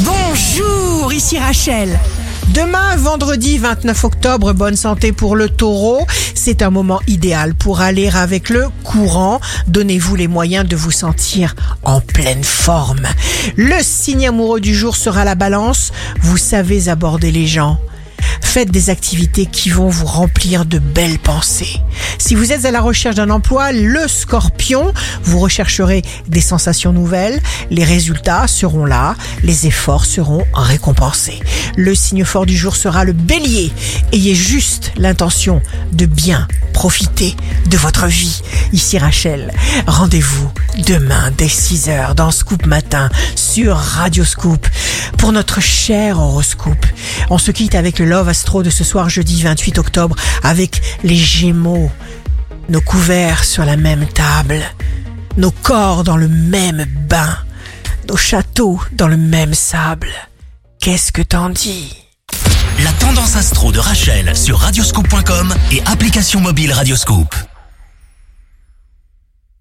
Bonjour, ici Rachel. Demain, vendredi 29 octobre, bonne santé pour le taureau. C'est un moment idéal pour aller avec le courant. Donnez-vous les moyens de vous sentir en pleine forme. Le signe amoureux du jour sera la balance. Vous savez aborder les gens. Faites des activités qui vont vous remplir de belles pensées. Si vous êtes à la recherche d'un emploi, le scorpion, vous rechercherez des sensations nouvelles. Les résultats seront là, les efforts seront récompensés. Le signe fort du jour sera le bélier. Ayez juste l'intention de bien profiter de votre vie. Ici Rachel, rendez-vous demain dès 6h dans Scoop Matin sur Radio Scoop pour notre cher horoscope. On se quitte avec le Love Astro de ce soir jeudi 28 octobre avec les Gémeaux. Nos couverts sur la même table, nos corps dans le même bain, nos châteaux dans le même sable. Qu'est-ce que t'en dis ? La tendance astro de Rachel sur radioscoop.com et application mobile Radioscoop.